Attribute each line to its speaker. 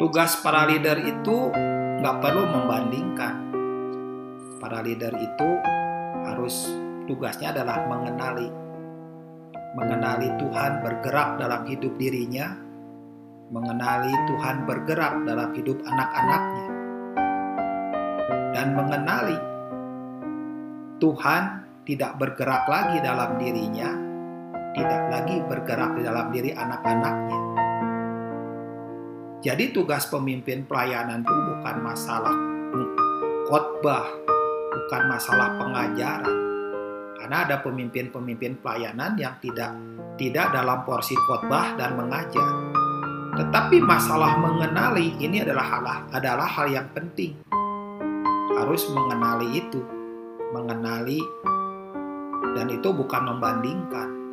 Speaker 1: Tugas para leader itu nggak perlu membandingkan. Para leader itu harus tugasnya adalah mengenali Tuhan bergerak dalam hidup dirinya, mengenali Tuhan bergerak dalam hidup anak-anaknya, dan mengenali Tuhan tidak bergerak lagi dalam dirinya, tidak lagi bergerak di dalam diri anak-anaknya. Jadi tugas pemimpin pelayanan itu bukan masalah khotbah, bukan masalah pengajaran. Karena ada pemimpin-pemimpin pelayanan yang tidak dalam porsi khotbah dan mengajar. Tetapi masalah mengenali ini adalah hal yang penting. Harus mengenali itu, dan itu bukan membandingkan.